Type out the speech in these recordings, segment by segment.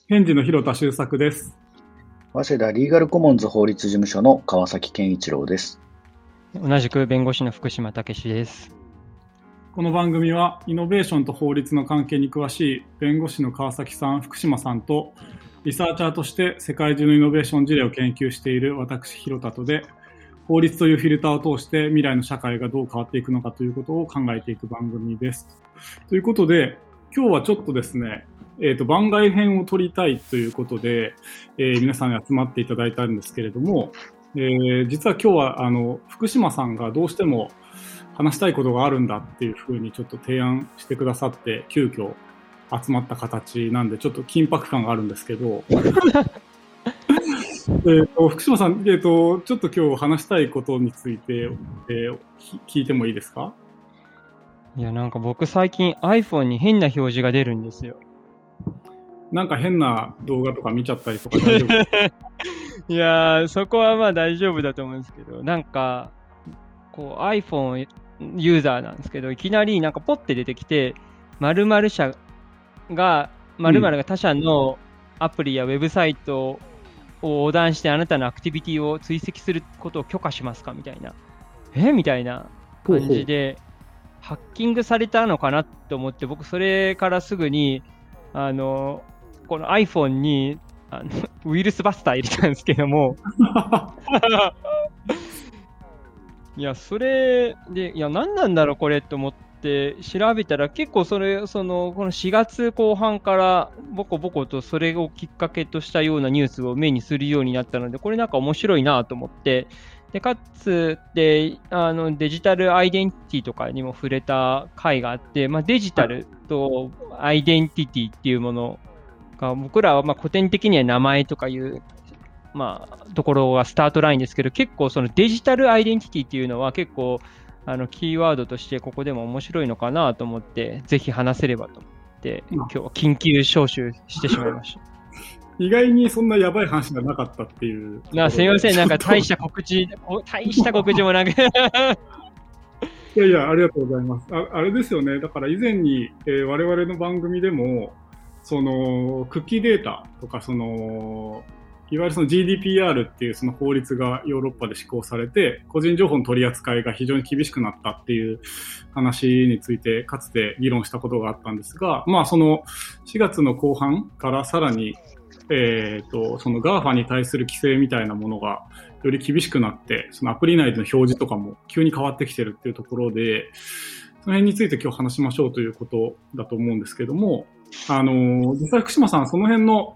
検事の広田修作です。 早稲田リーガルコモンズ法律事務所の川崎健一郎です。 同じく弁護士の福島武史です。 この番組はイノベーションと法律の関係に詳しい弁護士の川崎さん、福島さんとリサーチャーとして世界中のイノベーション事例を研究している私広田とで、法律というフィルターを通して未来の社会がどう変わっていくのかということを考えていく番組です。ということで、今日はちょっとですね、番外編を取りたいということで、皆さんに集まっていただいたんですけれども、実は今日は福島さんがどうしても話したいことがあるんだっていうふうにちょっと提案してくださって、急遽集まった形なんでちょっと緊迫感があるんですけど福島さん、ちょっと今日話したいことについて、聞いてもいいですか？ いや、なんか僕最近 iPhone に変な表示が出るんですよ。 なんか変な動画とか見ちゃったりとか大丈夫？ いやー、そこはまあ大丈夫だと思うんですけど、なんかこう iPhone ユーザーなんですけど、いきなりなんかポッて出てきて、〇〇社が、〇〇が他社のアプリやウェブサイトを横断してあなたのアクティビティを追跡することを許可しますかみたいな。みたいな感じで、ハッキングされたのかなと思って、僕それからすぐに、この iPhone にウイルスバスター入れたんですけどもいや、それで、いや、何なんだろう、これと思って調べたら、結構この4月後半からボコボコとそれをきっかけとしたようなニュースを目にするようになったので、これなんか面白いなと思って、でかつでデジタルアイデンティティとかにも触れた回があって、デジタルとアイデンティティっていうものが、僕らは古典的には名前とかいうところがスタートラインですけど、結構そのデジタルアイデンティティっていうのは結構キーワードとしてここでも面白いのかなと思って、ぜひ話せればと思って、今日は緊急招集してしまいました。 意外にそんなやばい話がなかったっていう。 すみません、なんか大した告知もなく。いやいや、ありがとうございます。あれですよね。だから以前に、我々の番組でも、そのクッキーデータとか、いわゆるその GDPR っていうその法律がヨーロッパで施行されて、個人情報の取り扱いが非常に厳しくなったっていう話についてかつて議論したことがあったんですが、その4月の後半からさらにその GAFA に対する規制みたいなものがより厳しくなって、そのアプリ内での表示とかも急に変わってきてるっていうところで、その辺について今日話しましょうということだと思うんですけども、実際福島さん、その辺の、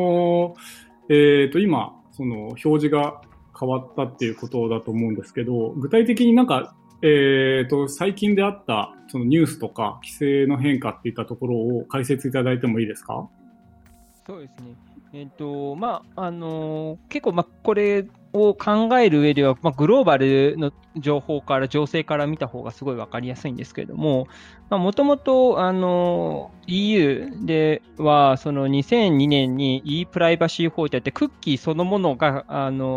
今、その表示が変わったっていうことだと思うんですけど、具体的になんか、最近であったそのニュースとか規制の変化っていったところを解説いただいてもいいですか？ そうですね。結構、これを考える上では、グローバルの情勢から見た方がすごい分かりやすいんですけれども、もともとEU では、その2002年に e プライバシー法ってあって、クッキーそのものが、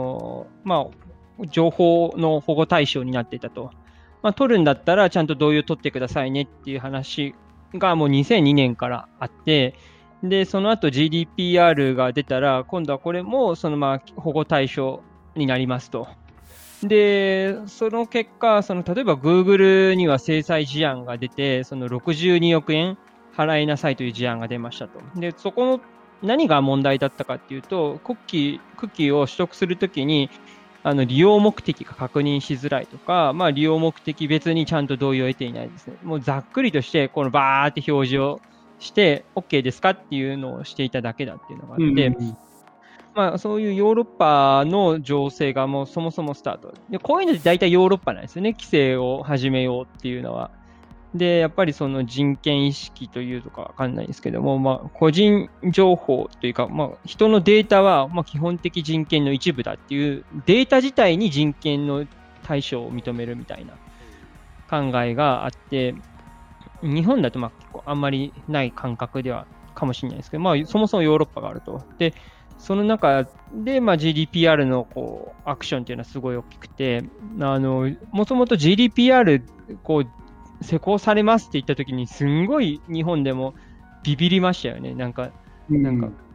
情報の保護対象になっていたと。取るんだったら、ちゃんと同意を取ってくださいねっていう話がもう2002年からあって、で、その後 GDPR が出たら、今度はこれも保護対象になりますと。で、その結果、例えば Google には制裁事案が出て、その62億円払いなさいという事案が出ましたと。で、そこの何が問題だったかっていうと、クッキーを取得するときに、利用目的が確認しづらいとか、利用目的別にちゃんと同意を得ていないですね。もうざっくりとして、このバーって表示をして OK ですかっていうのをしていただけだっていうのがあって、そういうヨーロッパの情勢がもうそもそもスタートで、こういうので大体ヨーロッパなんですよね、規制を始めようっていうのは。で、やっぱりその人権意識というとかわかんないですけども、個人情報というか、人のデータは基本的人権の一部だっていう、データ自体に人権の対象を認めるみたいな考えがあって、日本だと結構あんまりない感覚ではかもしれないですけど、そもそもヨーロッパがあると。で、その中で、GDPR のアクションっていうのはすごい大きくて、もともと GDPR 施行されますって言ったときに、すんごい日本でもビビりましたよね。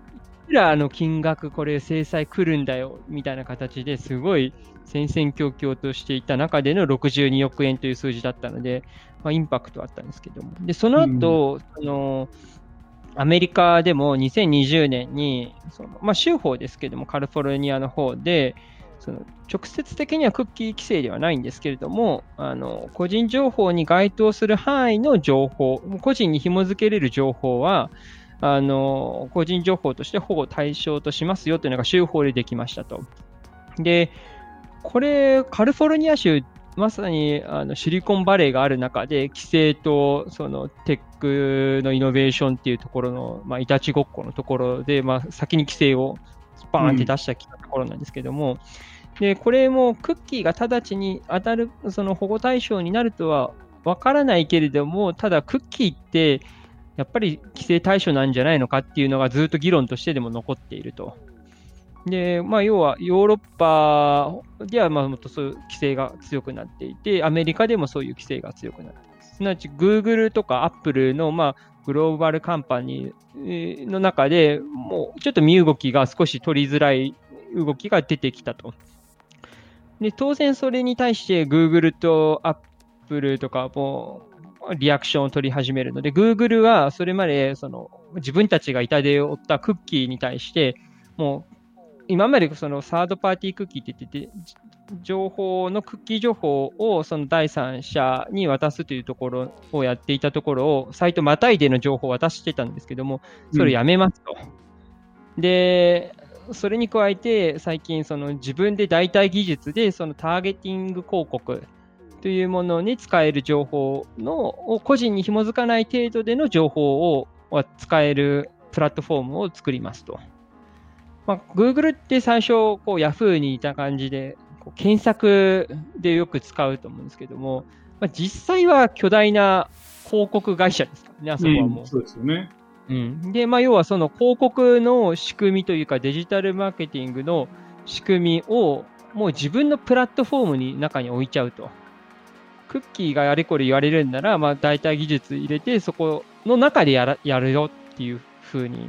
ら金額、これ制裁来るんだよ、みたいな形ですごい戦々恐々としていた中での62億円という数字だったので、インパクトあったんですけども。で、その後、アメリカでも2020年に、州法ですけども、カリフォルニアの方で、直接的にはクッキー規制ではないんですけれども、個人情報に該当する範囲の情報、個人に紐付けれる情報は、個人情報として保護対象としますよというのが州法でできましたと。で、これ、カリフォルニア州、まさにシリコンバレーがある中で、規制とテックのイノベーションっていうところの、いたちごっこのところで、先に規制をスパーンって出したところなんですけども、で、これもクッキーが直ちに当たる、保護対象になるとはわからないけれども、ただクッキーって、やっぱり規制対象なんじゃないのかっていうのがずっと議論としてでも残っていると。で、要はヨーロッパではもっとそういう規制が強くなっていて、アメリカでもそういう規制が強くなっています。すなわち Google とか Apple のグローバルカンパニーの中でもうちょっと身動きが少し取りづらい動きが出てきたと。で、当然それに対して Google と Apple とかもリアクションを取り始めるので、Google はそれまで自分たちが痛手を負ったクッキーに対して、もう今までサードパーティークッキーって言ってて、クッキー情報を第三者に渡すというところをやっていたところを、サイトまたいでの情報を渡してたんですけども、それをやめますと。で、それに加えて、最近自分で代替技術でターゲティング広告というものに使える情報を個人に紐づかない程度での情報を使えるプラットフォームを作りますと。Google って最初、Yahoo にいた感じで、検索でよく使うと思うんですけども、実際は巨大な広告会社ですからね、あそこはもう。 そうですよね。 で、要は広告の仕組みというか、デジタルマーケティングの仕組みを、もう自分のプラットフォームに中に置いちゃうと。クッキーがあれこれ言われるんなら、代替技術入れて、そこの中でやるよっていう風に。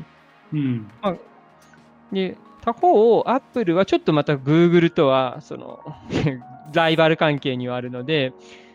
で、他方、Apple はちょっとまた Google とは、ライバル関係にはあるので、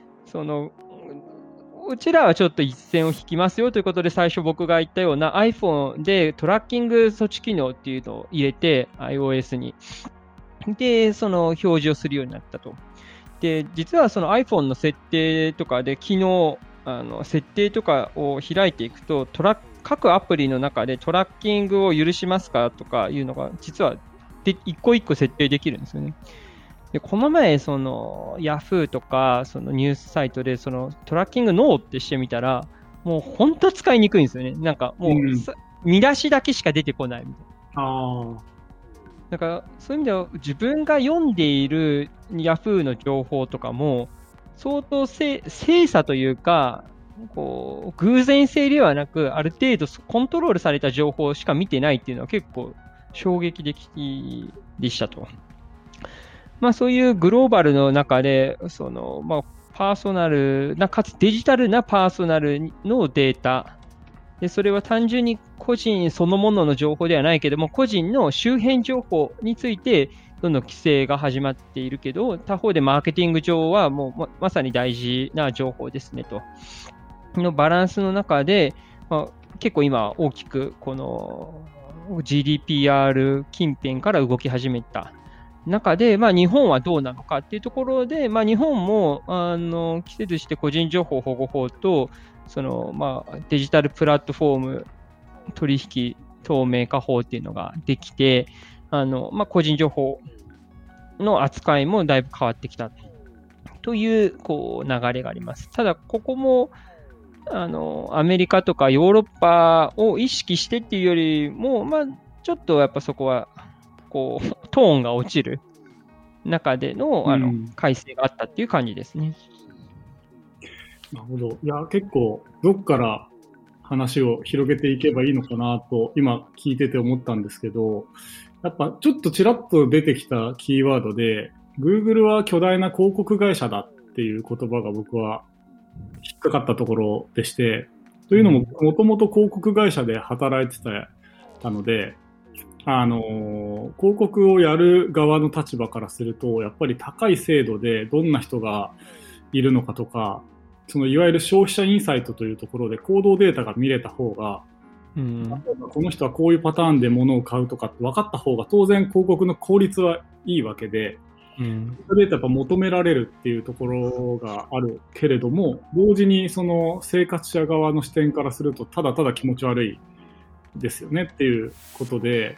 うちらはちょっと一線を引きますよということで、最初僕が言ったような iPhone でトラッキング措置機能っていうのを入れて、iOS に。で、表示をするようになったと。で、実はiPhone の設定とかで、昨日、設定とかを開いていくと、各アプリの中でトラッキングを許しますかとかいうのが、実は一個一個設定できるんですよね。で、この前、Yahoo とか、ニュースサイトで、トラッキングノーってしてみたら、もう本当使いにくいんですよね。なんかもう、見出しだけしか出てこないみたいな。だから、そういう意味では、自分が読んでいる Yahoo の情報とかも、相当精査というか、偶然性ではなく、ある程度コントロールされた情報しか見てないっていうのは結構衝撃的でしたと。そういうグローバルの中で、パーソナルな、かつデジタルなパーソナルのデータ。で、それは単純に個人そのものの情報ではないけども、個人の周辺情報について、どんどん規制が始まっているけど、他方でマーケティング上はもうまさに大事な情報ですねと。のバランスの中で、結構今大きくこの GDPR 近辺から動き始めた中で、日本はどうなのかっていうところで、日本も規制として個人情報保護法とデジタルプラットフォーム取引透明化法っていうのができて、個人情報の扱いもだいぶ変わってきたという流れがあります。ただここもアメリカとかヨーロッパを意識してっていうよりも、ちょっとやっぱそこはトーンが落ちる中での改正があったっていう感じですね。 なるほど。いや、結構どっから話を広げていけばいいのかなと今聞いてて思ったんですけど、やっぱちょっとちらっと出てきたキーワードで Google は巨大な広告会社だっていう言葉が僕は引っかかったところでして、というのももともと広告会社で働いてたので、 広告をやる側の立場からすると、やっぱり高い精度でどんな人がいるのかとか、そのいわゆる消費者インサイトというところで行動データが見れた方が、この人はこういうパターンで物を買うとかって分かった方が当然広告の効率はいいわけで、データやっぱ求められるっていうところがあるけれども、同時にその生活者側の視点からするとただただ気持ち悪いですよねっていうことで、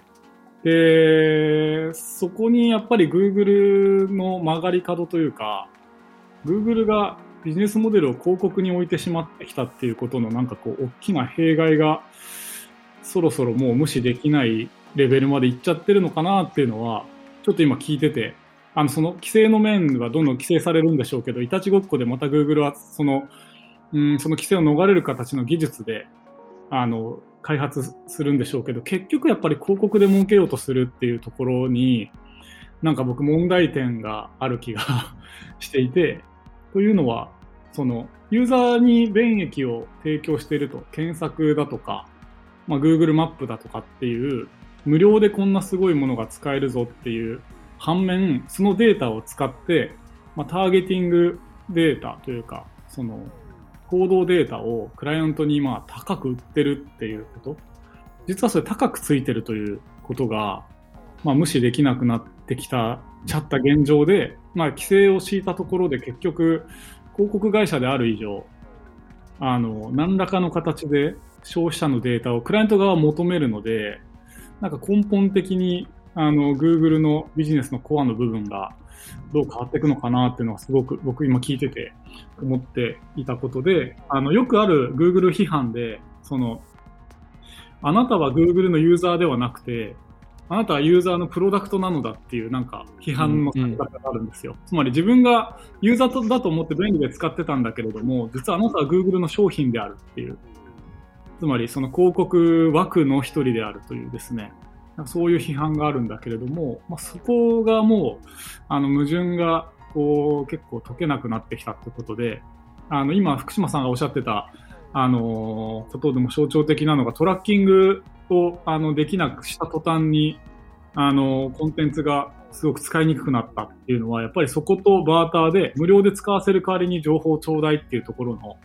そこにやっぱり Google の曲がり角というか、Google がビジネスモデルを広告に置いてしまってきたっていうことのなんかこう大きな弊害がそろそろもう無視できないレベルまでいっちゃってるのかなっていうのはちょっと今聞いてて、その規制の面はどんどん規制されるんでしょうけど、いたちごっこでまた Google はその規制を逃れる形の技術で開発するんでしょうけど、結局やっぱり広告で儲けようとするっていうところになんか僕問題点がある気がしていて、というのはそのユーザーに便益を提供していると、検索だとか、Google マップだとかっていう無料でこんなすごいものが使えるぞっていう反面、そのデータを使って、ターゲティングデータというかその行動データをクライアントに高く売ってるっていうこと、実はそれ高くついてるということが、無視できなくなってきちゃった現状で、規制を敷いたところで結局広告会社である以上何らかの形で消費者のデータをクライアント側は求めるので、なんか根本的にGoogle のビジネスのコアの部分がどう変わっていくのかなっていうのはすごく僕今聞いてて思っていたことで、よくある Google 批判で、あなたは Google のユーザーではなくて、あなたはユーザーのプロダクトなのだっていうなんか批判の書き方があるんですよ。つまり自分がユーザーだと思って便利で使ってたんだけれども、実はあなたは Google の商品であるっていう、つまりその広告枠の一人であるというですね、そういう批判があるんだけれども、そこがもう矛盾がこう結構解けなくなってきたってことで、今福島さんがおっしゃってたことでも象徴的なのが、トラッキングをできなくした途端にコンテンツがすごく使いにくくなったっていうのは、やっぱりそことバーターで無料で使わせる代わりに情報をちょうだいっていうところの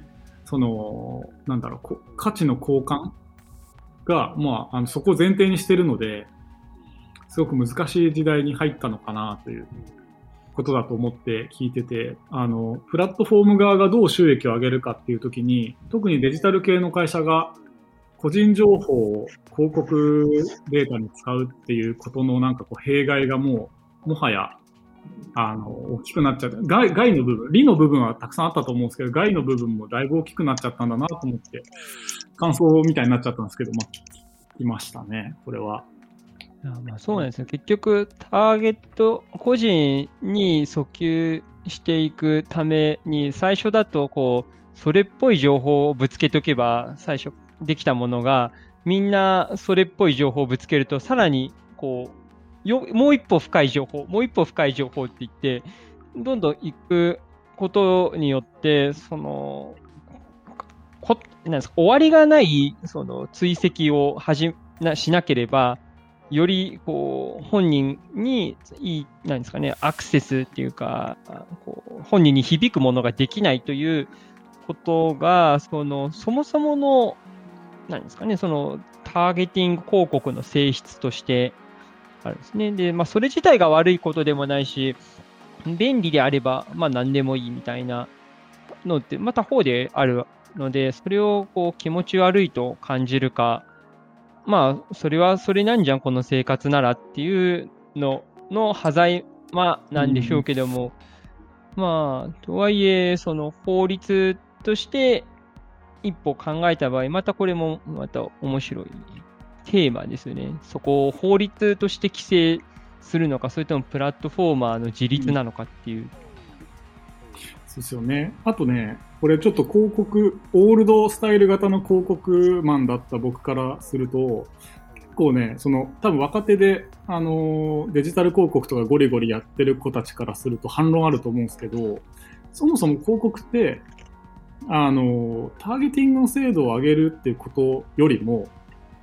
価値の交換が、そこを前提にしているので、すごく難しい時代に入ったのかなということだと思って聞いてて、プラットフォーム側がどう収益を上げるかっていうときに、特にデジタル系の会社が個人情報を広告データに使うっていうことのなんかこう弊害がもはや大きくなっちゃって、害の部分、利の部分はたくさんあったと思うんですけど、害の部分もだいぶ大きくなっちゃったんだなと思って、感想みたいになっちゃったんですけど、聞きましたね、これは。 そうなんですね。結局、ターゲット、個人に訴求していくために、最初だとそれっぽい情報をぶつけておけば、最初できたものが、みんなそれっぽい情報をぶつけると、さらにもう一歩深い情報、もう一歩深い情報って言って、どんどん行くことによって、終わりがない追跡をしなければ、より本人にアクセスっていうか、本人に響くものができないということが、そもそものターゲティング広告の性質としてあるんですね。で、それ自体が悪いことでもないし、便利であれば何でもいいみたいなのって他方であるので、それを気持ち悪いと感じるか、それはそれなんじゃん、この生活ならっていうのの端材なんでしょうけども、とはいえ、法律として一歩考えた場合、またこれもまた面白いテーマですよね。そこを法律として規制するのか、それともプラットフォーマーの自立なのかっていう。 そうですよね。あとね、これちょっと広告、オールドスタイル型の広告マンだった僕からすると、結構ね、多分若手で、デジタル広告とかゴリゴリやってる子たちからすると反論あると思うんですけど、そもそも広告って、ターゲティングの精度を上げるっていうことよりも、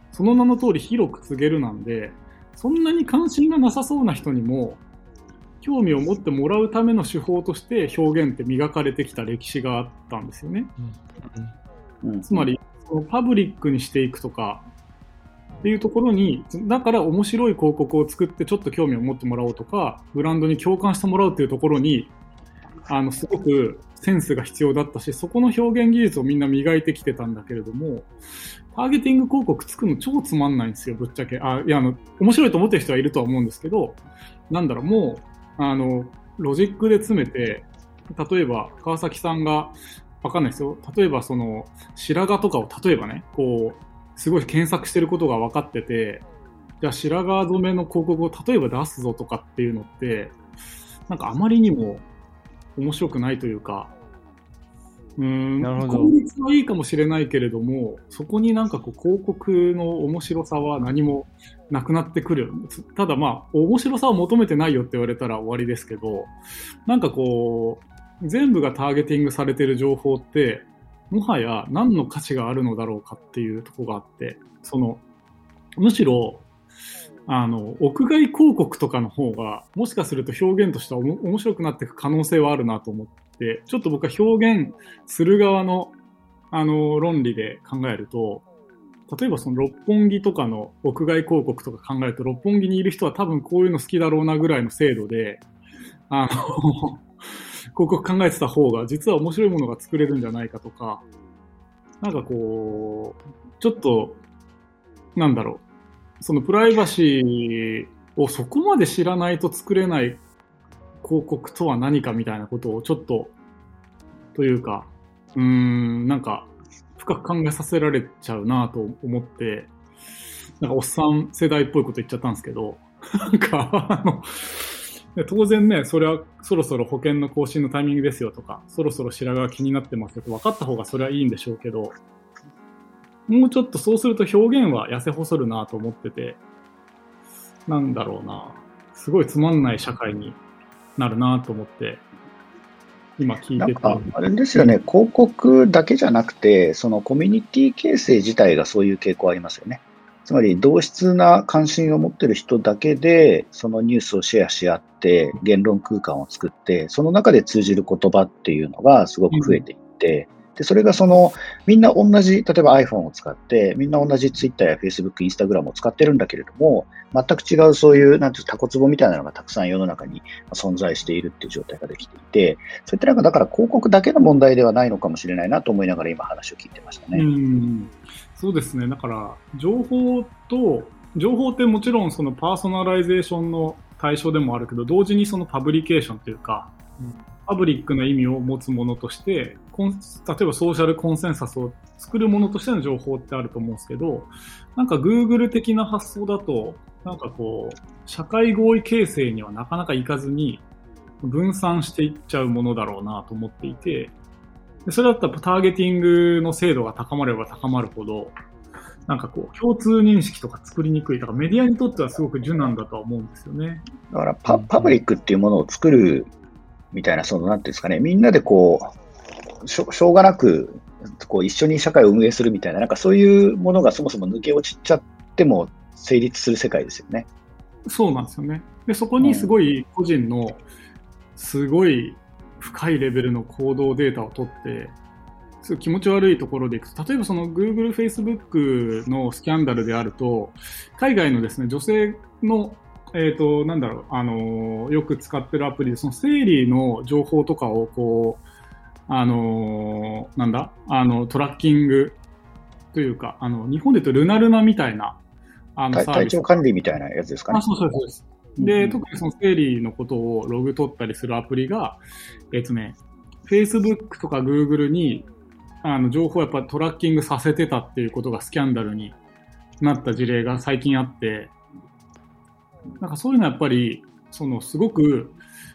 その名の通り広く告げるなんで、そんなに関心がなさそうな人にも興味を持ってもらうための手法として表現って磨かれてきた歴史があったんですよね。つまりそのパブリックにしていくとかっていうところに、だから面白い広告を作ってちょっと興味を持ってもらおうとか、ブランドに共感してもらうっていうところにすごくセンスが必要だったし、そこの表現技術をみんな磨いてきてたんだけれども、ターゲティング広告作るの超つまんないんですよ、ぶっちゃけ。面白いと思ってる人はいるとは思うんですけど、もうロジックで詰めて、例えば川崎さんがわかんないですよ、例えばその白髪とかを例えばね、こうすごい検索してることが分かってて、じゃあ白髪染めの広告を例えば出すぞとかっていうのって、なんかあまりにも面白くないというか、 なるほど。 効率はいいかもしれないけれども、そこになんかこう広告の面白さは何もなくなってくる。ただまあ、面白さを求めてないよって言われたら終わりですけど、なんかこう、全部がターゲティングされている情報って、もはや何の価値があるのだろうかっていうところがあって、むしろ、屋外広告とかの方が、もしかすると表現としては面白くなっていく可能性はあるなと思って、ちょっと僕は表現する側の、論理で考えると、例えばその六本木とかの屋外広告とか考えると、六本木にいる人は多分こういうの好きだろうなぐらいの精度で、広告考えてた方が実は面白いものが作れるんじゃないかとか、なんかこう、ちょっと、そのプライバシーをそこまで知らないと作れない広告とは何かみたいなことをちょっと、というか、なんか深く考えさせられちゃうなと思って、なんかおっさん世代っぽいこと言っちゃったんですけど、なんか当然ね、それはそろそろ保険の更新のタイミングですよとか、そろそろ白髪が気になってますよと分かった方がそれはいいんでしょうけど、もうちょっとそうすると表現は痩せ細るなと思ってて、すごいつまんない社会になるなと思って、今聞いてて。 あれですよね、広告だけじゃなくて、そのコミュニティ形成自体がそういう傾向ありますよね。つまり同質な関心を持っている人だけで、そのニュースをシェアし合って、言論空間を作って、その中で通じる言葉っていうのがすごく増えていって、でそれがみんな同じ、例えば iPhone を使って、みんな同じ Twitter や Facebook、Instagram を使ってるんだけれども、全く違うそういう、タコツボみたいなのがたくさん世の中に存在しているっていう状態ができていて、そういっただから広告だけの問題ではないのかもしれないなと思いながら今話を聞いてましたね。 そうですね。だから、情報ってもちろんそのパーソナライゼーションの対象でもあるけど、同時にそのパブリケーションというか、パブリックな意味を持つものとして、例えばソーシャルコンセンサスを作るものとしての情報ってあると思うんですけど、なんか Google 的な発想だと、なんかこう、社会合意形成にはなかなかいかずに、分散していっちゃうものだろうなと思っていて、それだったらターゲティングの精度が高まれば高まるほど、なんかこう共通認識とか作りにくい。だからメディアにとってはすごく柔軟だとは思うんですよね。 だからパブリックっていうものを作るみたいな、なんていうんですかね、みんなでしょうがなく一緒に社会を運営するみたいな、なんかそういうものがそもそも抜け落ちちゃっても成立する世界ですよね。 そうなんですよね。で、そこにすごい個人のすごい深いレベルの行動データを取って、すごい気持ち悪いところでいくと、例えばその Google、Facebook のスキャンダルであると、海外のですね、女性のよく使ってるアプリで、その生理の情報とかをトラッキングというか、日本で言うとルナルナみたいな、 体調管理みたいなやつですかね。 そうです。で、特にその生理のことをログ取ったりするアプリが、Facebook とか Google に、情報をやっぱトラッキングさせてたっていうことがスキャンダルになった事例が最近あって、なんかそういうのはやっぱり、すごく、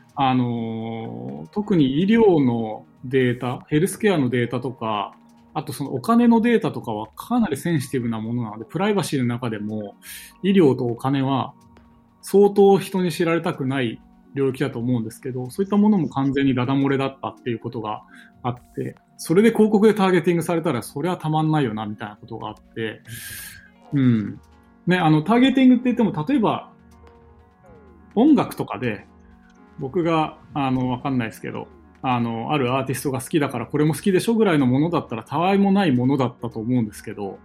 特に医療のデータ、ヘルスケアのデータとか、あとそのお金のデータとかはかなりセンシティブなものなので、プライバシーの中でも医療とお金は相当人に知られたくない領域だと思うんですけど、そういったものも完全にダダ漏れだったっていうことがあって、それで広告でターゲティングされたらそれはたまんないよなみたいなことがあって、 うん。ね、ターゲティングって言っても、例えば、音楽とかで、僕が、わかんないですけど、あるアーティストが好きだからこれも好きでしょぐらいのものだったらたわいもないものだったと思うんですけど、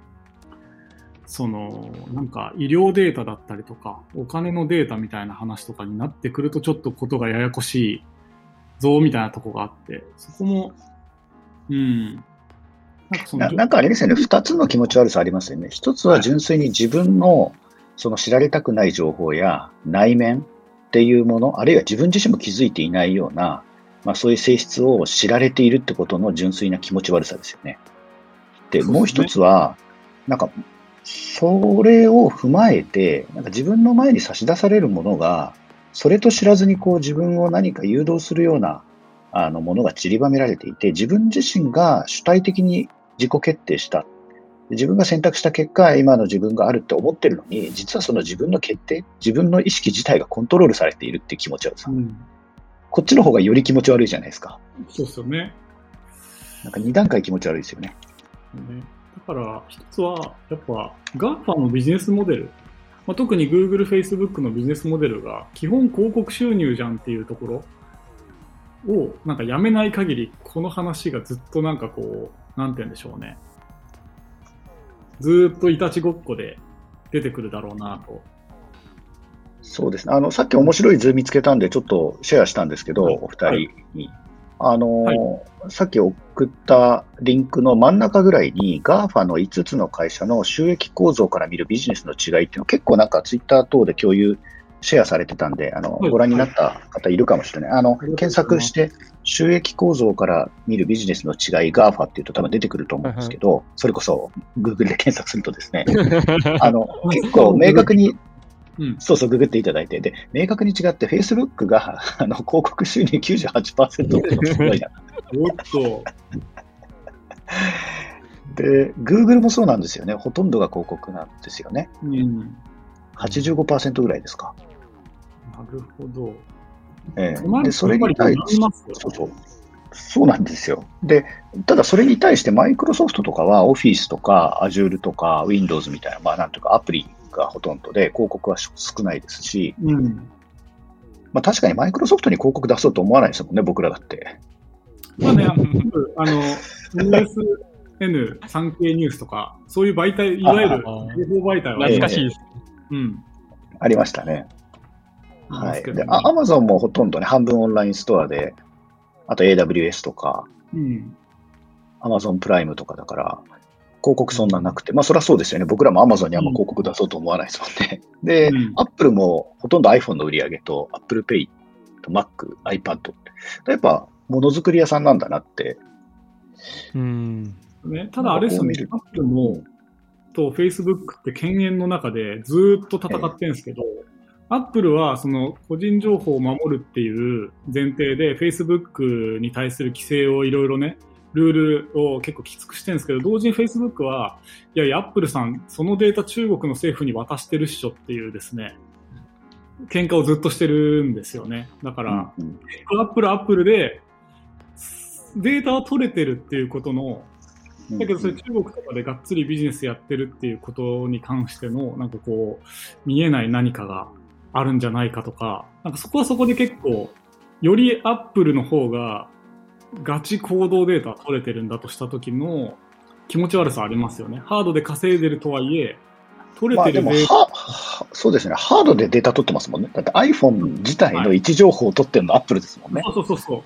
なんか医療データだったりとか、お金のデータみたいな話とかになってくるとちょっとことがややこしいぞみたいなとこがあって、そこも、うん。 なんかあれですよね、二つの気持ち悪さありますよね。一つは純粋に自分のその知られたくない情報や内面っていうもの、あるいは自分自身も気づいていないような、そういう性質を知られているってことの純粋な気持ち悪さですよね。で、もう一つは、なんか、それを踏まえて、なんか自分の前に差し出されるものが、それと知らずにこう自分を何か誘導するようなものが散りばめられていて、自分自身が主体的に自己決定した。自分が選択した結果、今の自分があるって思ってるのに、実はその自分の決定、自分の意識自体がコントロールされているっていう気持ち悪さ。こっちの方がより気持ち悪いじゃないですか。 そうですよね。 なんか2段階気持ち悪いですよね。 だから一つはやっぱ GAFA のビジネスモデル、特に Google、Facebook のビジネスモデルが基本広告収入じゃんっていうところをなんかやめない限り、この話がずっとなんかこう、なんて言うんでしょうね。ずっといたちごっこで出てくるだろうなと。 そうですね。さっき面白い図見つけたんで、ちょっとシェアしたんですけど、お二人に。さっき送ったリンクの真ん中ぐらいに GAFA の5つの会社の収益構造から見るビジネスの違いっていうの結構なんかツイッター等で共有、シェアされてたんで、ご覧になった方いるかもしれない。検索して収益構造から見るビジネスの違い GAFA っていうと多分出てくると思うんですけど、それこそ Google で検索するとですね、結構明確にそうそう、ググっていただいて。で、明確に違って、Facebook が広告収入 98% っていうのすごいな。 おっと。 で、Google もそうなんですよね。ほとんどが広告なんですよね。85% ぐらいですか。 なるほど。 で、それに対して、そうなんですよ。で、ただそれに対して、マイクロソフトとかは Office とか Azure とか Windows みたいな、なんというかアプリがほとんどで、広告は少ないですし、確かにマイクロソフトに広告出そうと思わないですもんね、僕らだって。 USN、産経ニュースとか、そういう媒体、いわゆる情報媒体は懐かしいです。 ありましたね。はい。で、Amazon もほとんどね、半分オンラインストアで、あと AWS とか、Amazon プライムとかだから、広告そんななくて、そりゃそうですよね。僕らも Amazon にあんま広告出そうと思わないですもんね。で、Apple もほとんど iPhone の売り上げと Apple Pay と Mac、iPad って。やっぱ、ものづくり屋さんなんだなって。 ただあれですよね、Apple もと Facebook って犬猿の中でずっと戦ってるんですけど、Apple はその個人情報を守るっていう前提で Facebook に対する規制をいろいろね、ルールを結構きつくしてるんですけど、同時に Facebook は、いやいや、Apple さん、そのデータ中国の政府に渡してるっしょっていうですね、喧嘩をずっとしてるんですよね。だから、Apple で、データは取れてるっていうことの、だけどそれ中国とかでがっつりビジネスやってるっていうことに関しての、なんかこう、見えない何かがあるんじゃないかとか、なんかそこはそこで結構、よりアップルの方がガチ行動データ取れてるんだとした時の気持ち悪さありますよね。ハードで稼いでるとはいえ、取れてるデータ。 そうですね。ハードでデータ取ってますもんね。だって iPhone 自体の位置情報を取ってるのアップルですもんね。 そう。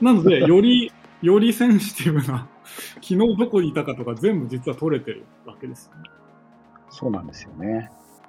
なので、よりセンシティブな、昨日どこにいたかとか全部実は取れてるわけですよね。 そうなんですよね。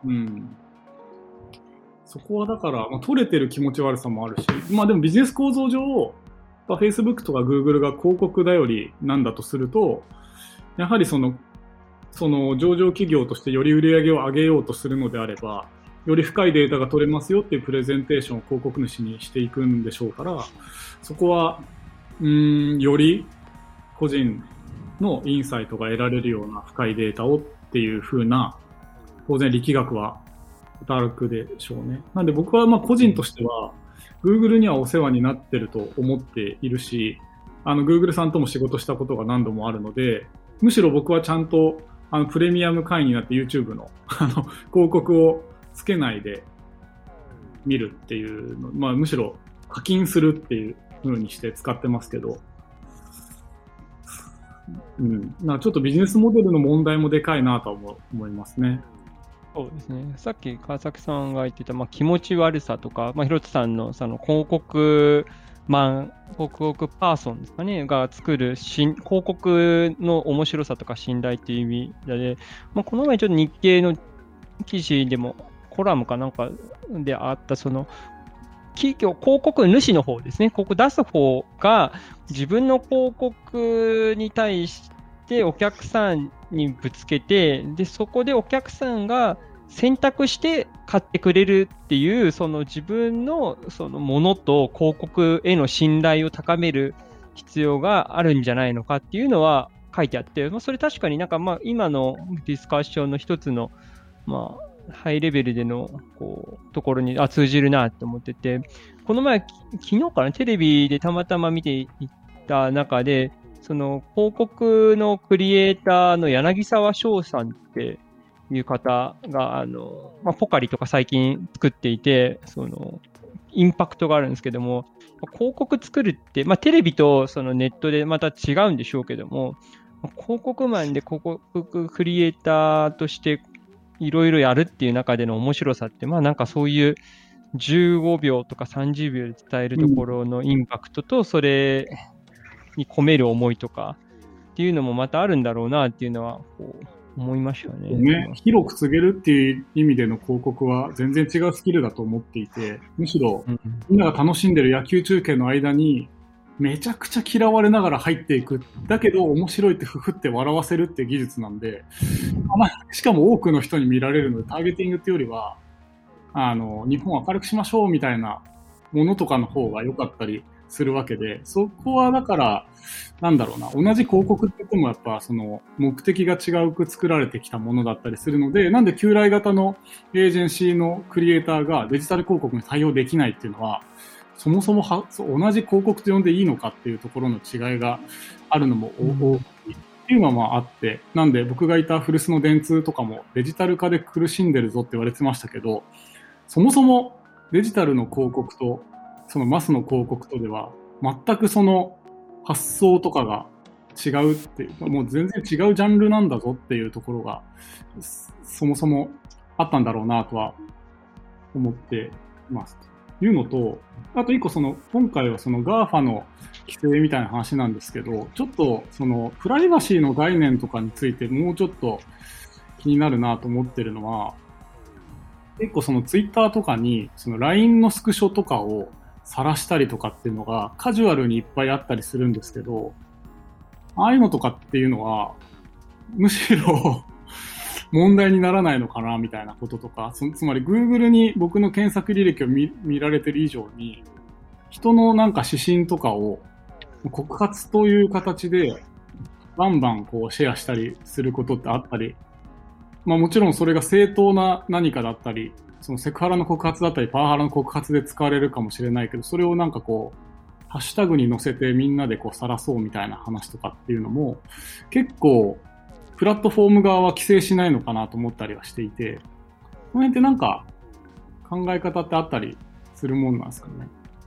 そこはだから、取れてる気持ち悪さもあるし、でもビジネス構造上、Facebook とか Google が広告頼りなんだとすると、やはりその上場企業としてより売り上げを上げようとするのであれば、より深いデータが取れますよっていうプレゼンテーションを広告主にしていくんでしょうから、そこは、より個人のインサイトが得られるような深いデータをっていう風な、当然力学は働くでしょうね。なんで僕は個人としては、Google にはお世話になってると思っているし、Google さんとも仕事したことが何度もあるので、むしろ僕はちゃんとプレミアム会員になって YouTube の、広告をつけないで見るっていうの、まあ、むしろ課金するっていう風にして使ってますけど、なんかちょっとビジネスモデルの問題もでかいなとは思いますね。 そうですね。さっき川崎さんが言ってた、気持ち悪さとか、広田さんのその広告パーソンですかね、が作る広告の面白さとか信頼っていう意味で、この前ちょっと日経の記事でもコラムかなんかであった、その企業、広告主の方ですね、広告出す方が自分の広告に対してお客さんにぶつけて、で、そこでお客さんが選択して買ってくれるっていう、その自分のそのものと広告への信頼を高める必要があるんじゃないのかっていうのは書いてあって、それ確かになんか今のディスカッションの一つの、ハイレベルでのところに通じるなって思ってて、この前、昨日かな、テレビでたまたま見ていた中で、その広告のクリエイターの柳沢翔さんっていう方が、ポカリとか最近作っていて、そのインパクトがあるんですけども、広告作るって、テレビとそのネットでまた違うんでしょうけども、広告マンで広告クリエイターとしていろいろやるっていう中での面白さって、なんかそういう15秒とか30秒で伝えるところのインパクトと、それに込める思いとかっていうのもまたあるんだろうなっていうのは思いましたね。 広く告げるっていう意味での広告は全然違うスキルだと思っていて、むしろみんなが楽しんでる野球中継の間にめちゃくちゃ嫌われながら入っていく。だけど面白いってふふって笑わせるっていう技術なんで、しかも多くの人に見られるので、ターゲティングっていうよりは、日本を明るくしましょうみたいなものとかの方が良かったりするわけで、そこはだから、なんだろうな、同じ広告って言ってもやっぱその目的が違うく作られてきたものだったりするので、なんで旧来型のエージェンシーのクリエイターがデジタル広告に対応できないっていうのは、そもそも同じ広告と呼んでいいのかっていうところの違いがあるのも大きいっていうのはあって、なんで僕がいた古巣の電通とかもデジタル化で苦しんでるぞって言われてましたけど、そもそもデジタルの広告とそのマスの広告とでは全くその発想とかが違うっていう、もう全然違うジャンルなんだぞっていうところがそもそもあったんだろうなとは思っていますというのと、あと一個今回はその GAFA の規制みたいな話なんですけど、ちょっとそのプライバシーの概念とかについてもうちょっと気になるなと思ってるのは、結構そのツイッターとかにその LINE のスクショとかを晒したりとかっていうのがカジュアルにいっぱいあったりするんですけど、ああいうのとかっていうのはむしろ問題にならないのかなみたいなこととか、つまり Google に僕の検索履歴を見られてる以上に、人のなんか指針とかを告発という形でバンバンシェアしたりすることってあったり、もちろんそれが正当な何かだったり、そのセクハラの告発だったりパワハラの告発で使われるかもしれないけど、それをなんかハッシュタグに載せてみんなで晒そうみたいな話とかっていうのも結構プラットフォーム側は規制しないのかなと思ったりはしていて、この辺ってなんか考え方ってあったりするもんなんですかね。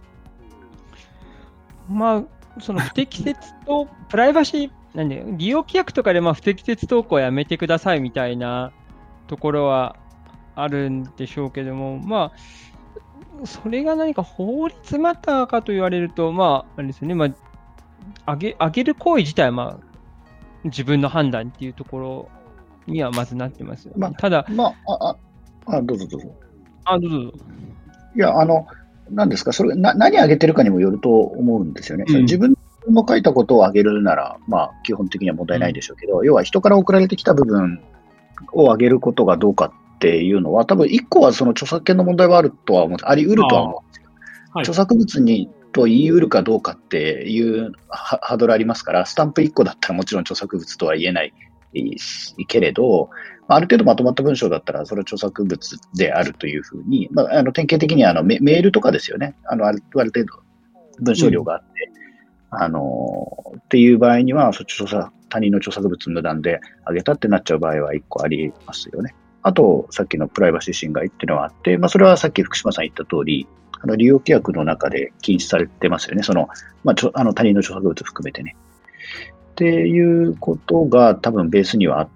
その不適切とプライバシー利用規約とかで不適切投稿をやめてくださいみたいなところはあるんでしょうけども、それが何か法律マターかと言われると、あれですよね、上げる行為自体は自分の判断っていうところにはまずなってますよね。ただ、 どうぞどうぞ。 どうぞ。 いや、何ですか、それ何上げてるかにもよると思うんですよね。自分の書いたことを上げるなら、基本的には問題ないでしょうけど、要は人から送られてきた部分を上げることがどうかっていうのは、多分一個はその著作権の問題はあり得るとは思うんですよ。著作物にと言い得るかどうかっていうハードルありますから、スタンプ1個だったらもちろん著作物とは言えないけれど、ある程度まとまった文章だったらそれは著作物であるというふうに、典型的にメールとかですよね。ある程度文章量があって、 っていう場合には、他人の著作物無断で上げたってなっちゃう場合は1個ありますよね。あと、さっきのプライバシー侵害っていうのはあって、それはさっき福島さん言った通り、利用規約の中で禁止されてますよね。他人の著作物含めてね。っていうことが多分ベースにはあって、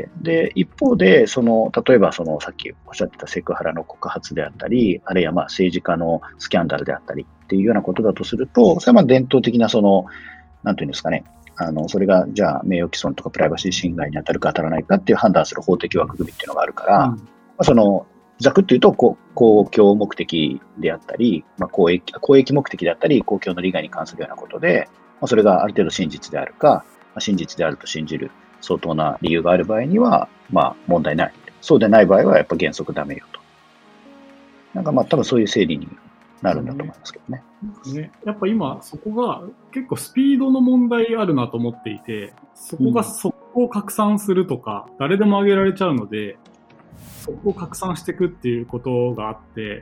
で、一方で、例えばさっきおっしゃってたセクハラの告発であったり、あるいは政治家のスキャンダルであったりっていうようなことだとすると、それは伝統的ななんていうんですかね、それがじゃあ名誉毀損とかプライバシー侵害に当たるか当たらないかっていう判断する法的枠組みっていうのがあるから、ざくっと言うと公共目的であったり、公益目的であったり、公共の利害に関するようなことで、それがある程度真実であるか、真実であると信じる相当な理由がある場合には、問題ない。そうでない場合はやっぱ原則ダメよと。多分そういう整理になるんだと思いますけどね。 やっぱ今そこが結構スピードの問題あるなと思っていて、そこが速攻拡散するとか、誰でも上げられちゃうので、速攻拡散していくっていうことがあって、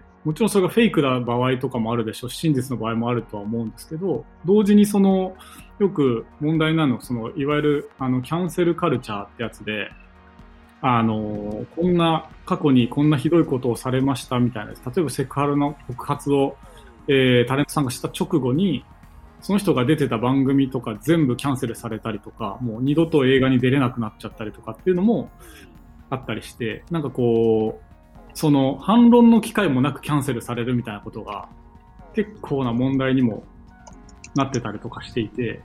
もちろんそれがフェイクな場合とかもあるでしょうし、真実の場合もあるとは思うんですけど、同時によく問題なのいわゆるキャンセルカルチャーってやつで、こんな過去にこんなひどいことをされましたみたいな、例えばセクハラの告発を、タレントさんがした直後に、その人が出てた番組とか全部キャンセルされたりとか、もう二度と映画に出れなくなっちゃったりとかっていうのもあったりして、反論の機会もなくキャンセルされるみたいなことが結構な問題にもなってたりとかしていて、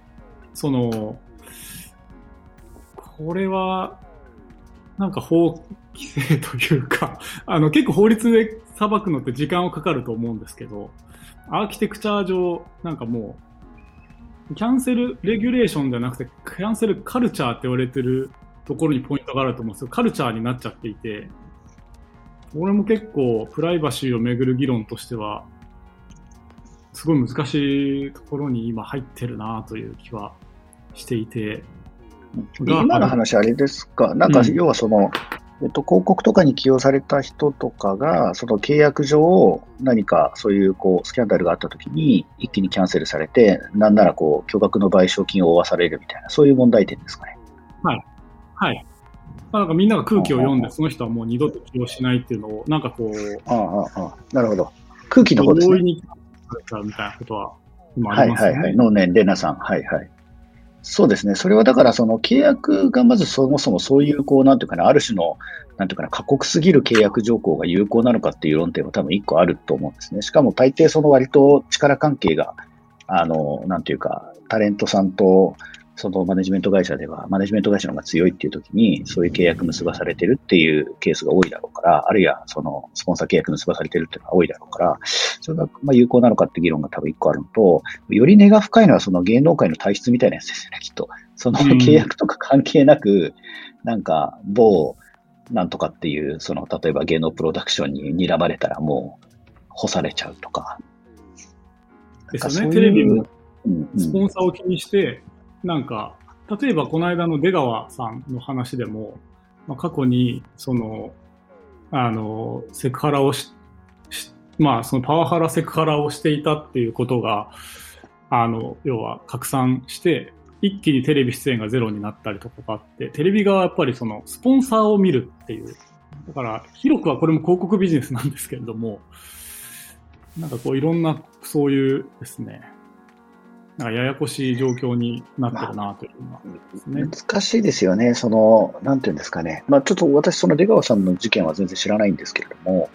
これは法規制というか結構法律で裁くのって時間はかかると思うんですけど、アーキテクチャ上もうキャンセルレギュレーションじゃなくてキャンセルカルチャーって言われてるところにポイントがあると思うんですけど、カルチャーになっちゃっていて、俺も結構プライバシーをめぐる議論としてはすごい難しいところに今入ってるなという気はしていて、 今の話あれですか、要は広告とかに起用された人とかが契約上何かそういうスキャンダルがあったときに一気にキャンセルされて、なんなら巨額の賠償金を負わされるみたいな、そういう問題点ですかね。 はい。はい。みんなが空気を読んで、その人はもう二度と起用しないっていうのを、なるほど。空気の方ですね。 同意にされたみたいなことは今ありますよね。 能年玲奈さん。そうですね。それはだから契約がまずそもそもそういうなんていうかな、ある種のなんていうかな、過酷すぎる契約条項が有効なのかっていう論点は多分一個あると思うんですね。しかも大抵割と力関係がなんていうか、タレントさんとマネジメント会社ではマネジメント会社の方が強いっていう時にそういう契約結ばされてるっていうケースが多いだろうから、あるいはスポンサー契約結ばされてるっていうのが多いだろうから、それが有効なのかって議論が多分一個あるのと、より根が深いのは芸能界の体質みたいなやつですよね、きっと。契約とか関係なく、某なんとかっていう、例えば芸能プロダクションに睨まれたらもう干されちゃうとか。 ですよね。テレビもスポンサーを気にして、例えばこの間の出川さんの話でも、過去にセクハラをパワハラセクハラをしていたっていうことが要は拡散して一気にテレビ出演がゼロになったりとかがあって、テレビ側はやっぱりスポンサーを見るっていう、だから広くはこれも広告ビジネスなんですけれども、いろんなそういうですね、ややこしい状況になってるなというのはですね。 難しいですよね。なんていうんですかね。ちょっと私出川さんの事件は全然知らないんですけれども、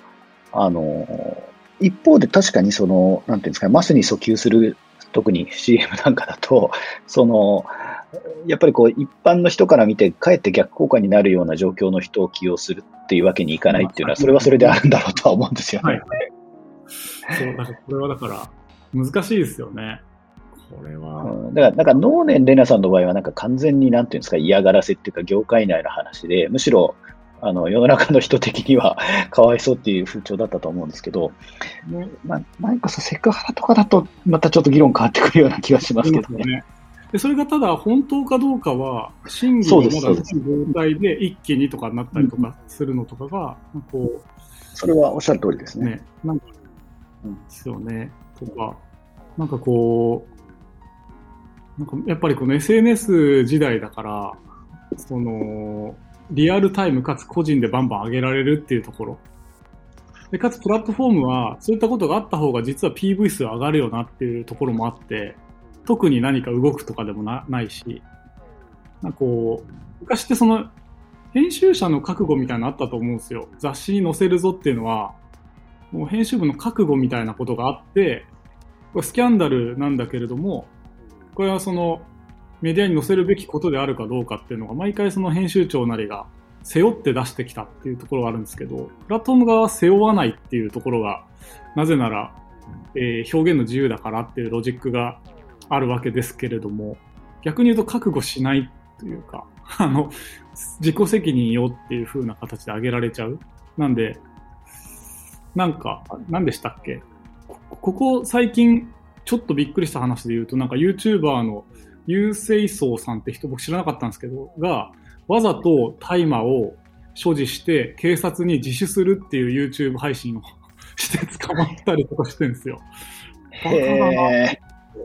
一方で確かになんていうんですかね、マスに訴求する、特に CM なんかだと、やっぱり一般の人から見てかえって逆効果になるような状況の人を起用するっていうわけにいかないっていうのは、それはそれであるんだろうとは思うんですよね。 これはだから難しいですよね。これは。 だから能年玲奈さんの場合は完全になんていうんですか、嫌がらせっていうか業界内の話で、むしろ世の中の人的にはかわいそうっていう風潮だったと思うんですけど、何かセクハラとかだとまたちょっと議論変わってくるような気がしますけどね。 でそれがただ本当かどうかは審議がまだない状態で一気にとかになったりとかするのとかがそれはおっしゃる通りですね。 ですよね。とかなんかやっぱりこの SNS 時代だから、リアルタイムかつ個人でバンバン上げられるっていうところ。で、かつプラットフォームはそういったことがあった方が実は PV 数上がるよなっていうところもあって、特に何か動くとかでもないし、なんか昔って編集者の覚悟みたいなのあったと思うんですよ。雑誌に載せるぞっていうのは、もう編集部の覚悟みたいなことがあって、これスキャンダルなんだけれども、これはメディアに載せるべきことであるかどうかっていうのが毎回編集長なりが背負って出してきたっていうところがあるんですけど、プラットフォーム側は背負わないっていうところが、なぜなら、表現の自由だからっていうロジックがあるわけですけれども、逆に言うと覚悟しないというか、自己責任よっていう風な形で挙げられちゃう。なんで、何でしたっけ？ここ最近ちょっとびっくりした話で言うと、なんか YouTuber のユーセイソーさんって人僕知らなかったんですけど、が、わざと大麻を所持して警察に自首するっていう YouTube 配信をして捕まったりとかしてるんですよ。バカだな。 へ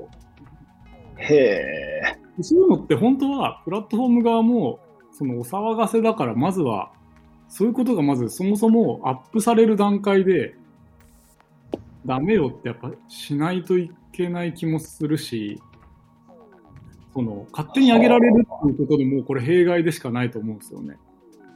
え。 そういうのって本当はプラットフォーム側もお騒がせだから、まずはそういうことがまずそもそもアップされる段階でダメよってやっぱしないといけない気もするし、勝手に上げられるっていうことでもうこれ弊害でしかないと思うんですよね。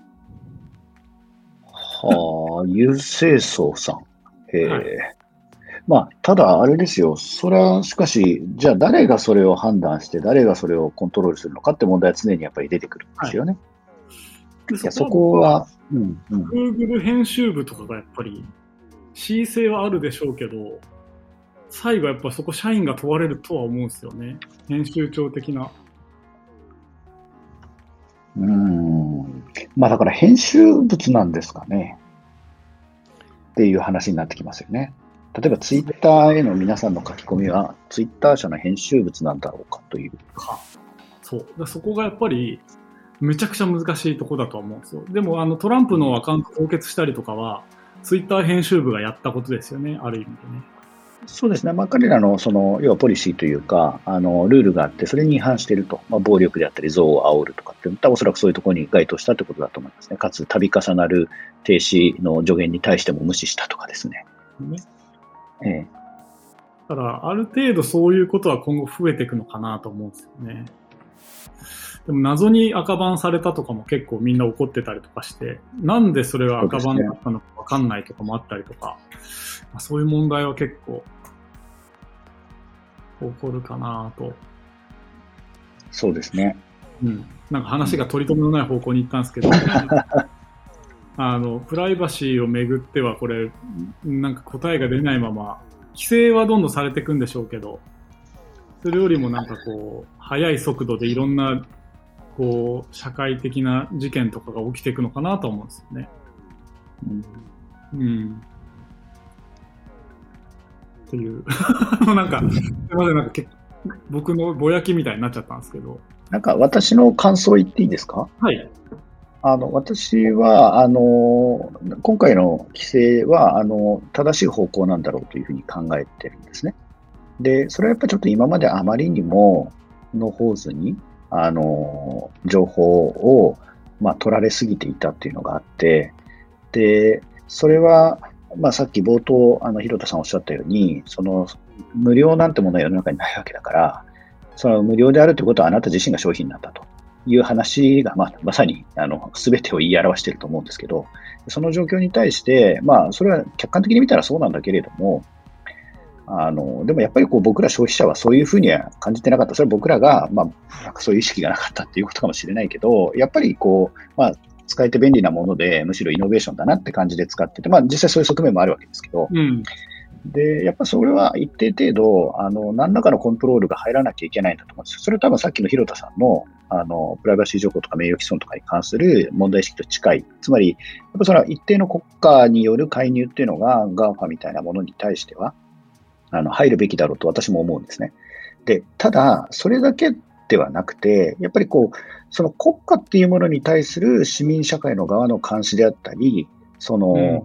はあ、優清荘さん。へえ。 はい、 まあ、ただあれですよ。それはしかし、じゃあ誰がそれを判断して、誰がそれをコントロールするのかって問題は常にやっぱり出てくるんですよね。 はい、 いやそこは、 Google 編集部とかがやっぱり恣意性はあるでしょうけど、最後やっぱそこ社員が問われるとは思うんですよね。編集長的な。 まあだから編集物なんですかね。っていう話になってきますよね。例えばツイッターへの皆さんの書き込みはツイッター社の編集物なんだろうかという。 そこがやっぱりめちゃくちゃ難しいところだとは思うんですよ。でもトランプのアカウント凍結したりとかはツイッター編集部がやったことですよね、ある意味でね。 そうですね。まあ、彼らの要はポリシーというか、ルールがあって、それに違反していると。まあ、暴力であったり、憎悪を煽るとかっていったら、おそらくそういうところに該当したということだと思いますね。かつ、度重なる停止の助言に対しても無視したとかですね。 だから、ある程度そういうことは今後増えていくのかなと思うんですよね。でも、謎に赤バンされたとかも結構みんな怒ってたりとかして、なんでそれが赤バンだったのかわかんないとかもあったりとか、そういう問題は結構起こるかなと。 そうですね。 なんか話が取り留めのない方向に行ったんですけど、プライバシーをめぐってはこれ、なんか答えが出ないまま、規制はどんどんされていくんでしょうけど、それよりもなんか速い速度でいろんな、社会的な事件とかが起きていくのかなと思うんですよね。っていう。なんか、すいません、なんか僕のぼやきみたいになっちゃったんですけど。 なんか私の感想言っていいですか？ はい。 私は、今回の規制は、正しい方向なんだろうというふうに考えてるんですね。で、それはやっぱりちょっと今まであまりにも、のほうずに、情報を、取られすぎていたっていうのがあって、で、それは、さっき冒頭、広田さんおっしゃったように、無料なんてものは世の中にないわけだから、無料であるということはあなた自身が商品なんだという話が、まさに、全てを言い表していると思うんですけど、その状況に対して、それは客観的に見たらそうなんだけれども、でもやっぱり僕ら消費者はそういうふうには感じてなかった。それは僕らが、なんかそういう意識がなかったっていうことかもしれないけど、やっぱり使えて便利なもので、むしろイノベーションだなって感じで使ってて、実際そういう側面もあるわけですけど、で、やっぱそれは一定程度、何らかのコントロールが入らなきゃいけないんだと思うんですよ。それは多分さっきの広田さんの、プライバシー情報とか名誉毀損とかに関する問題意識と近い。つまり、やっぱそれは一定の国家による介入っていうのが、GAFA みたいなものに対しては、入るべきだろうと私も思うんですね。で、ただ、それだけではなくて、やっぱりその国家っていうものに対する市民社会の側の監視であったり、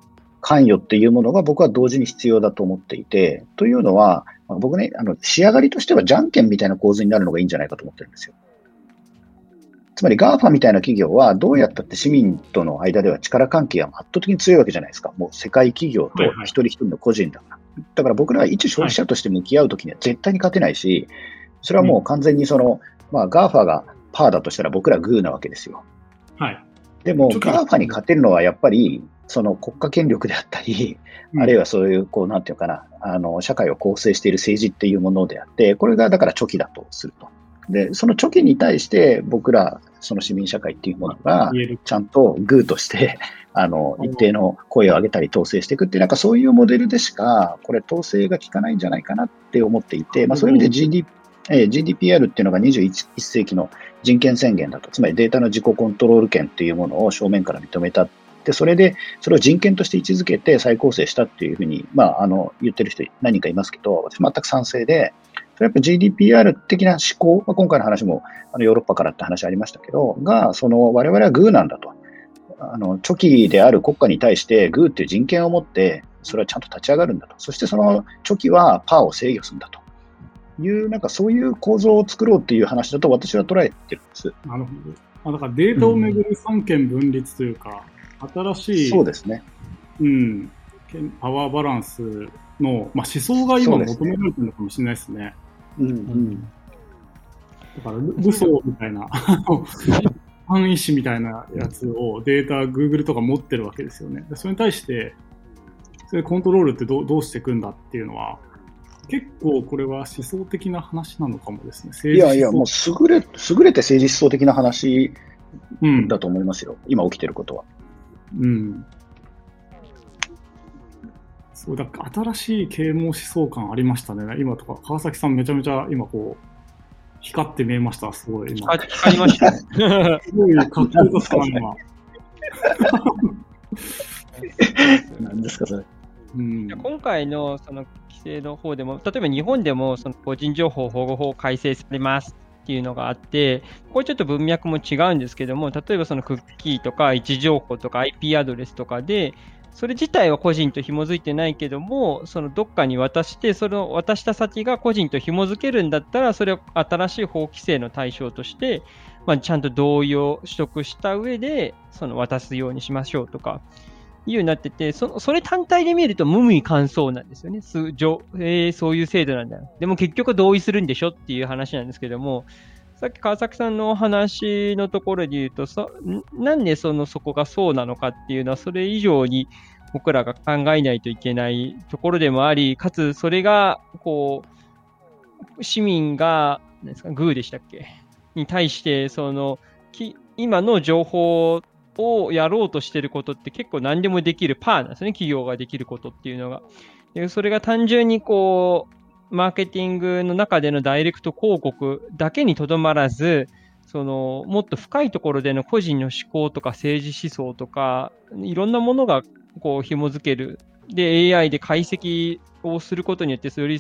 関与っていうものが僕は同時に必要だと思っていて、というのは、僕ね、仕上がりとしてはじゃんけんみたいな構図になるのがいいんじゃないかと思ってるんですよ。つまり GAFA みたいな企業はどうやったって市民との間では力関係が圧倒的に強いわけじゃないですか。もう世界企業と一人一人の個人だから。だから僕らは一消費者として向き合うときには絶対に勝てないし、それはもう完全にGAFA がパーだとしたら僕らグーなわけですよ。 はい。 でも GAFA に勝てるのはやっぱりその国家権力であったり、あるいはそういうなんていうかな、社会を構成している政治っていうものであって、これがだからチョキだとすると。で、そのチョキに対して僕ら、その市民社会っていうものが、ちゃんとグーとして、一定の声を上げたり統制していくっていう、なんかそういうモデルでしか、これ統制が効かないんじゃないかなって思っていて、そういう意味でGDPR っていうのが21世紀の人権宣言だと。つまりデータの自己コントロール権っていうものを正面から認めた。で、それを人権として位置づけて再構成したっていうふうに、言ってる人何人かいますけど、私全く賛成で、それやっぱ GDPR 的な思考、今回の話もヨーロッパからって話ありましたけど、我々はグーなんだと。チョキである国家に対してグーっていう人権を持って、それはちゃんと立ち上がるんだと。そしてそのチョキはパーを制御するんだという、なんかそういう構造を作ろうっていう話だと私は捉えてるんです。 なるほど。だからデータをめぐる三権分立というか、新しい、 そうですね。 パワーバランスの、思想が今求められてるのかもしれないですね。だから武装みたいな反意思みたいなやつをデータ Google とか持ってるわけですよね。それに対してそれコントロールってどうしていくんだっていうのは結構これは思想的な話なのかもですね。 いやもう優れて政治思想的な話だと思いますよ。今起きてることは。 そうだから新しい啓蒙思想感ありましたね。今とか川崎さんめちゃめちゃ今光って見えました。すごい今。 光りましたね。 すごいかっこよかったな今。 何ですかそれ。 今回のその規制の方でも、例えば日本でもその個人情報保護法改正されますっていうのがあって、これちょっと文脈も違うんですけども、例えばそのクッキーとか位置情報とか IP アドレスとかで、それ自体は個人と紐づいてないけども、そのどっかに渡して、その渡した先が個人と紐づけるんだったら、それを新しい法規制の対象として、ちゃんと同意を取得した上で、その渡すようにしましょうとか、いうようになってて、それ単体で見ると無味乾燥なんですよね。そういう制度なんだよ。でも結局同意するんでしょっていう話なんですけども、さっき川崎さんのお話のところで言うと、なんでそこがそうなのかっていうのは、それ以上に僕らが考えないといけないところでもあり、かつそれが、市民が、グーでしたっけに対して、今の情報をやろうとしてることって結構何でもできるパーなんですね。企業ができることっていうのが。でそれが単純にマーケティングの中でのダイレクト広告だけにとどまらず、もっと深いところでの個人の思考とか政治思想とか、いろんなものが紐づける。で、AI で解析をすることによって、より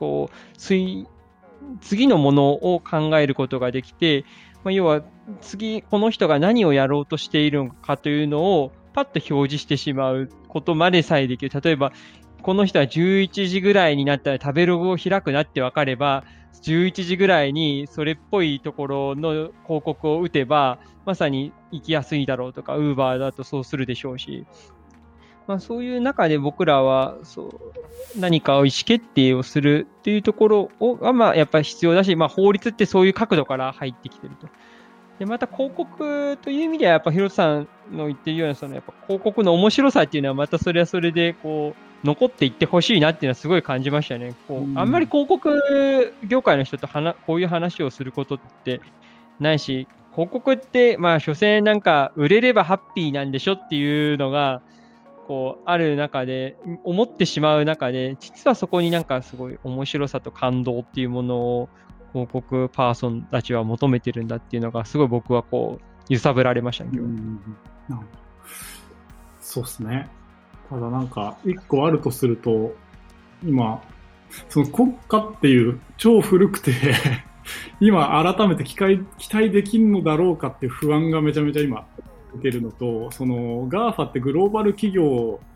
次のものを考えることができて、要は次この人が何をやろうとしているのかというのをパッと表示してしまうことまでさえできる。例えばこの人は11時ぐらいになったら食べログを開くなって分かれば、11時ぐらいにそれっぽいところの広告を打てばまさに行きやすいだろうとか、Uber だとそうするでしょうし、そういう中で僕らは何かを意思決定をするっていうところがやっぱり必要だし、法律ってそういう角度から入ってきてると。でまた広告という意味ではやっぱ広瀬さんの言ってるようなやっぱ広告の面白さっていうのはまたそれはそれで残っていってほしいなっていうのはすごい感じましたね。あんまり広告業界の人とこういう話をすることってないし、広告って所詮なんか売れればハッピーなんでしょっていうのがある中で思ってしまう中で、実はそこになんかすごい面白さと感動っていうものを広告パーソンたちは求めてるんだっていうのがすごい僕は揺さぶられましたね、今日。 そうですね。ただなんか一個あるとすると、今その国家っていう超古くて今改めて期待できるのだろうかっていう不安がめちゃめちゃ今受けるのと、GAFA ってグローバル企業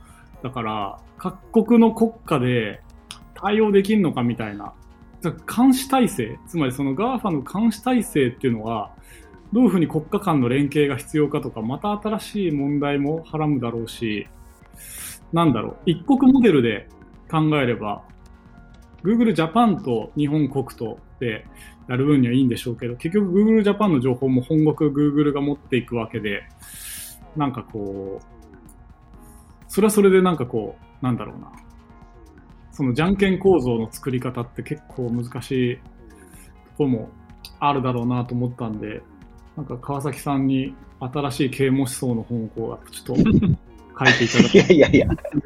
だから、各国の国家で対応できるのかみたいな。監視体制、つまりその GAFA の監視体制っていうのは、どういうふうに国家間の連携が必要かとか、また新しい問題もはらむだろうし、なんだろう、一国モデルで考えれば、Google Japan と日本国とでやる分にはいいんでしょうけど、結局 Google Japan の情報も本国 Google が持っていくわけで、なんかこう、それはそれでなんかこう、なんだろうな。そのじゃんけん構造の作り方って結構難しいところもあるだろうなと思ったんで、なんか川崎さんに新しい啓蒙思想の本をこう、ちょっと書いていただく。 いや、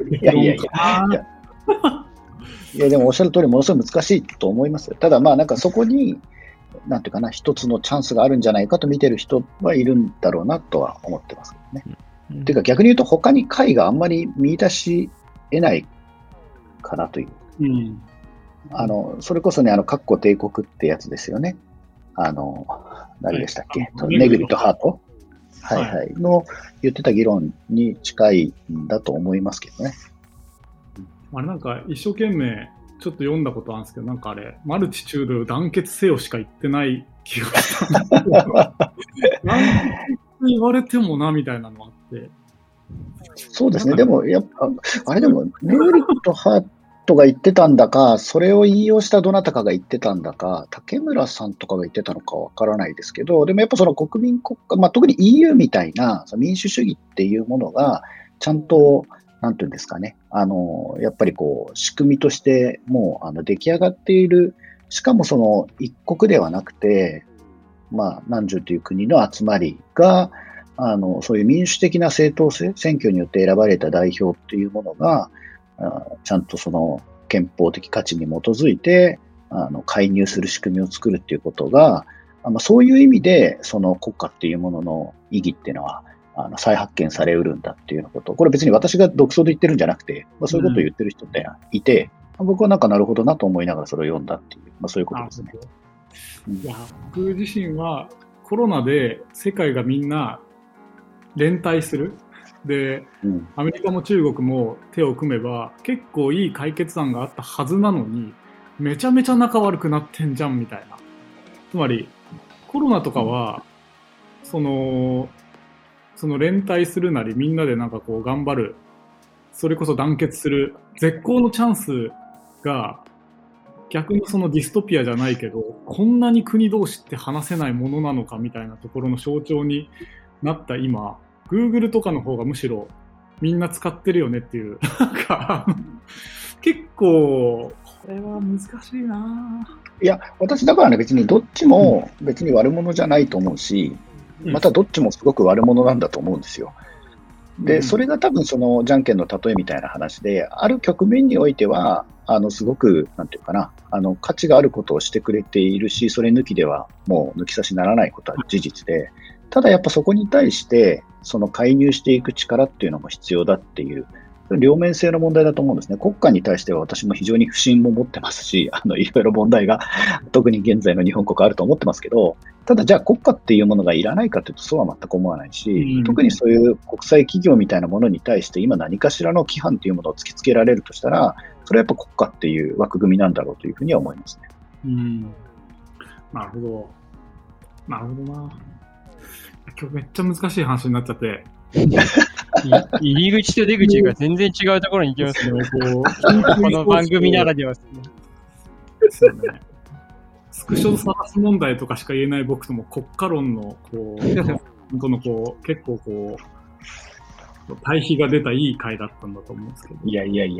でもおっしゃる通りものすごい難しいと思います。ただまあなんかそこに、なんていうかな、一つのチャンスがあるんじゃないかと見てる人はいるんだろうなとは思ってますけどね。っていうか逆に言うと他に解があんまり見出し得ないかなという。それこそね、カッコ帝国ってやつですよね。誰でしたっけ、ネグリとハート、の言ってた議論に近いんだと思いますけどね。 あれなんか一生懸命ちょっと読んだことあるんですけど、なんかあれ、マルチチュードを団結せよしか言ってない気がしたんですけど、団結言われてもなみたいなのあって。 そうですね、でもやっぱ、あれでも、ネグリとハートが言ってたんだか、それを引用したどなたかが言ってたんだか、竹村さんとかが言ってたのかわからないですけど、でもやっぱその国民国家、特に EU みたいなその民主主義っていうものが、ちゃんと、なんていうんですかね、やっぱりこう、仕組みとしてもう出来上がっている、しかもその一国ではなくて、何十という国の集まりが、そういう民主的な正当性、選挙によって選ばれた代表っていうものが、ちゃんとその憲法的価値に基づいて、介入する仕組みを作るっていうことが、そういう意味で、その国家っていうものの意義っていうのは、再発見されうるんだっていうようなこと。これ別に私が独創で言ってるんじゃなくて、そういうことを言ってる人っていて、僕はなんかなるほどなと思いながらそれを読んだっていう、そういうことですね。 いや、僕自身はコロナで世界がみんな連帯する。で、アメリカも中国も手を組めば結構いい解決案があったはずなのに、めちゃめちゃ仲悪くなってんじゃんみたいな。つまり、コロナとかは、その連帯するなりみんなでなんかこう頑張る、それこそ団結する絶好のチャンスが、逆にそのディストピアじゃないけど、こんなに国同士って話せないものなのかみたいなところの象徴になった今、Google とかの方がむしろみんな使ってるよねっていう、なんか結構これは難しいな。 いや、私だからね、別にどっちも別に悪者じゃないと思うし、またどっちもすごく悪者なんだと思うんですよ。で、それが多分そのじゃんけんの例えみたいな話で、ある局面においては、すごく、なんていうかな、価値があることをしてくれているし、それ抜きではもう抜き差しならないことは事実で、ただやっぱそこに対して、その介入していく力っていうのも必要だっていう、両面性の問題だと思うんですね。国家に対しては私も非常に不信も持ってますし、いろいろ問題が特に現在の日本国あると思ってますけど、ただじゃあ国家っていうものがいらないかというとそうは全く思わないし、特にそういう国際企業みたいなものに対して今何かしらの規範というものを突きつけられるとしたら、それはやっぱ国家っていう枠組みなんだろうというふうには思いますね。 なるほど。なるほどな。今日めっちゃ難しい話になっちゃって。 入り口と出口が全然違うところに行きますね。この番組ならではですね。 ですよね。スクショ探す問題とかしか言えない僕とも国家論のこう本当のこう結構こう対比が出たいい回だったんだと思うんですけど。 いや。 い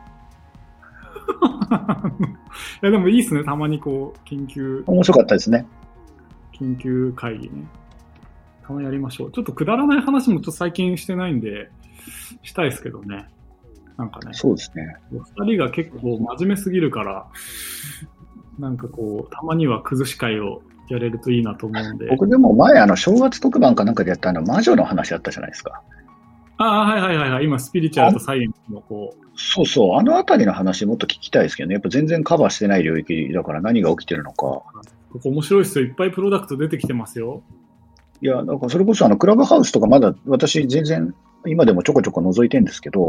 やでもいいですね。たまにこう緊急。 面白かったですね。 緊急会議ね。たまにやりましょう。ちょっとくだらない話もちょっと最近してないんでしたいですけどね。なんかね。 そうですね。 二人が結構真面目すぎるから。なんかこう、たまには崩し会をやれるといいなと思うんで。 僕でも前、正月特番かなんかでやった魔女の話あったじゃないですか。 はい。今、スピリチュアルとサイエンスのこう。 そう、あのあたりの話もっと聞きたいですけどね。やっぱ全然カバーしてない領域だから何が起きてるのか。ここ面白いですよ。いっぱいプロダクト出てきてますよ。 いや、なんかそれこそクラブハウスとかまだ私全然今でもちょこちょこ覗いてるんですけど、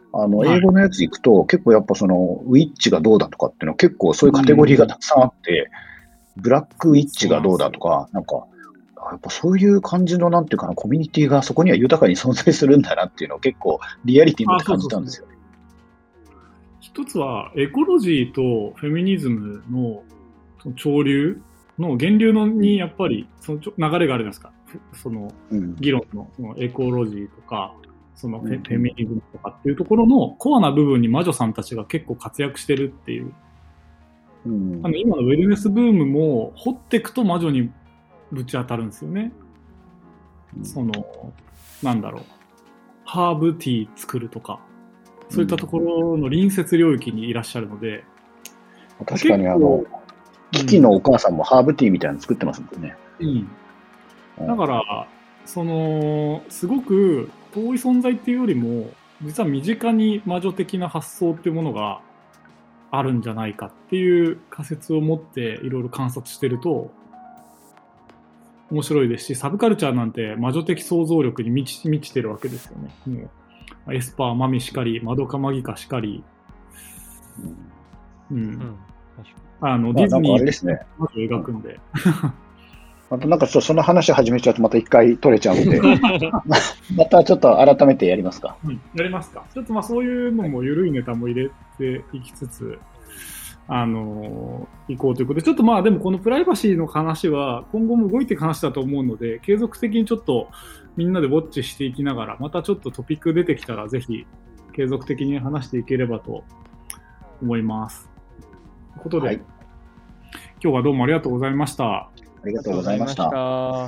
英語のやつ行くと、結構やっぱその、ウィッチがどうだとかっていうのは結構そういうカテゴリーがたくさんあって、ブラックウィッチがどうだとか、なんか、やっぱそういう感じのなんていうかな、コミュニティがそこには豊かに存在するんだなっていうのを結構リアリティに感じたんですよね。 一つは、エコロジーとフェミニズムの潮流の源流のにやっぱりその流れがあるじゃないですか。その議論のそのエコロジーとか、そのフェミニズムとかっていうところのコアな部分に魔女さんたちが結構活躍してるっていう。今のウェルネスブームも掘っていくと魔女にぶち当たるんですよね。その、なんだろう。ハーブティー作るとか、そういったところの隣接領域にいらっしゃるので。 確かにキキのお母さんもハーブティーみたいなの作ってますもんね。 だから、すごく遠い存在っていうよりも、実は身近に魔女的な発想っていうものがあるんじゃないかっていう仮説を持っていろいろ観察してると面白いですし、サブカルチャーなんて魔女的想像力に満ちてるわけですよね。もうエスパー、マミしかり、マドカマギカしかり、ディズニーですね。 魔女を描くんで。 またなんかその話始めちゃうとまた一回取れちゃうので、またちょっと改めてやりますか。 やりますか。ちょっとそういうのも緩いネタも入れていきつつ、行こうということで、ちょっとでもこのプライバシーの話は今後も動いていく話だと思うので、継続的にちょっとみんなでウォッチしていきながら、またちょっとトピック出てきたらぜひ継続的に話していければと思います。ということで、今日はどうもありがとうございました。 ありがとうございました。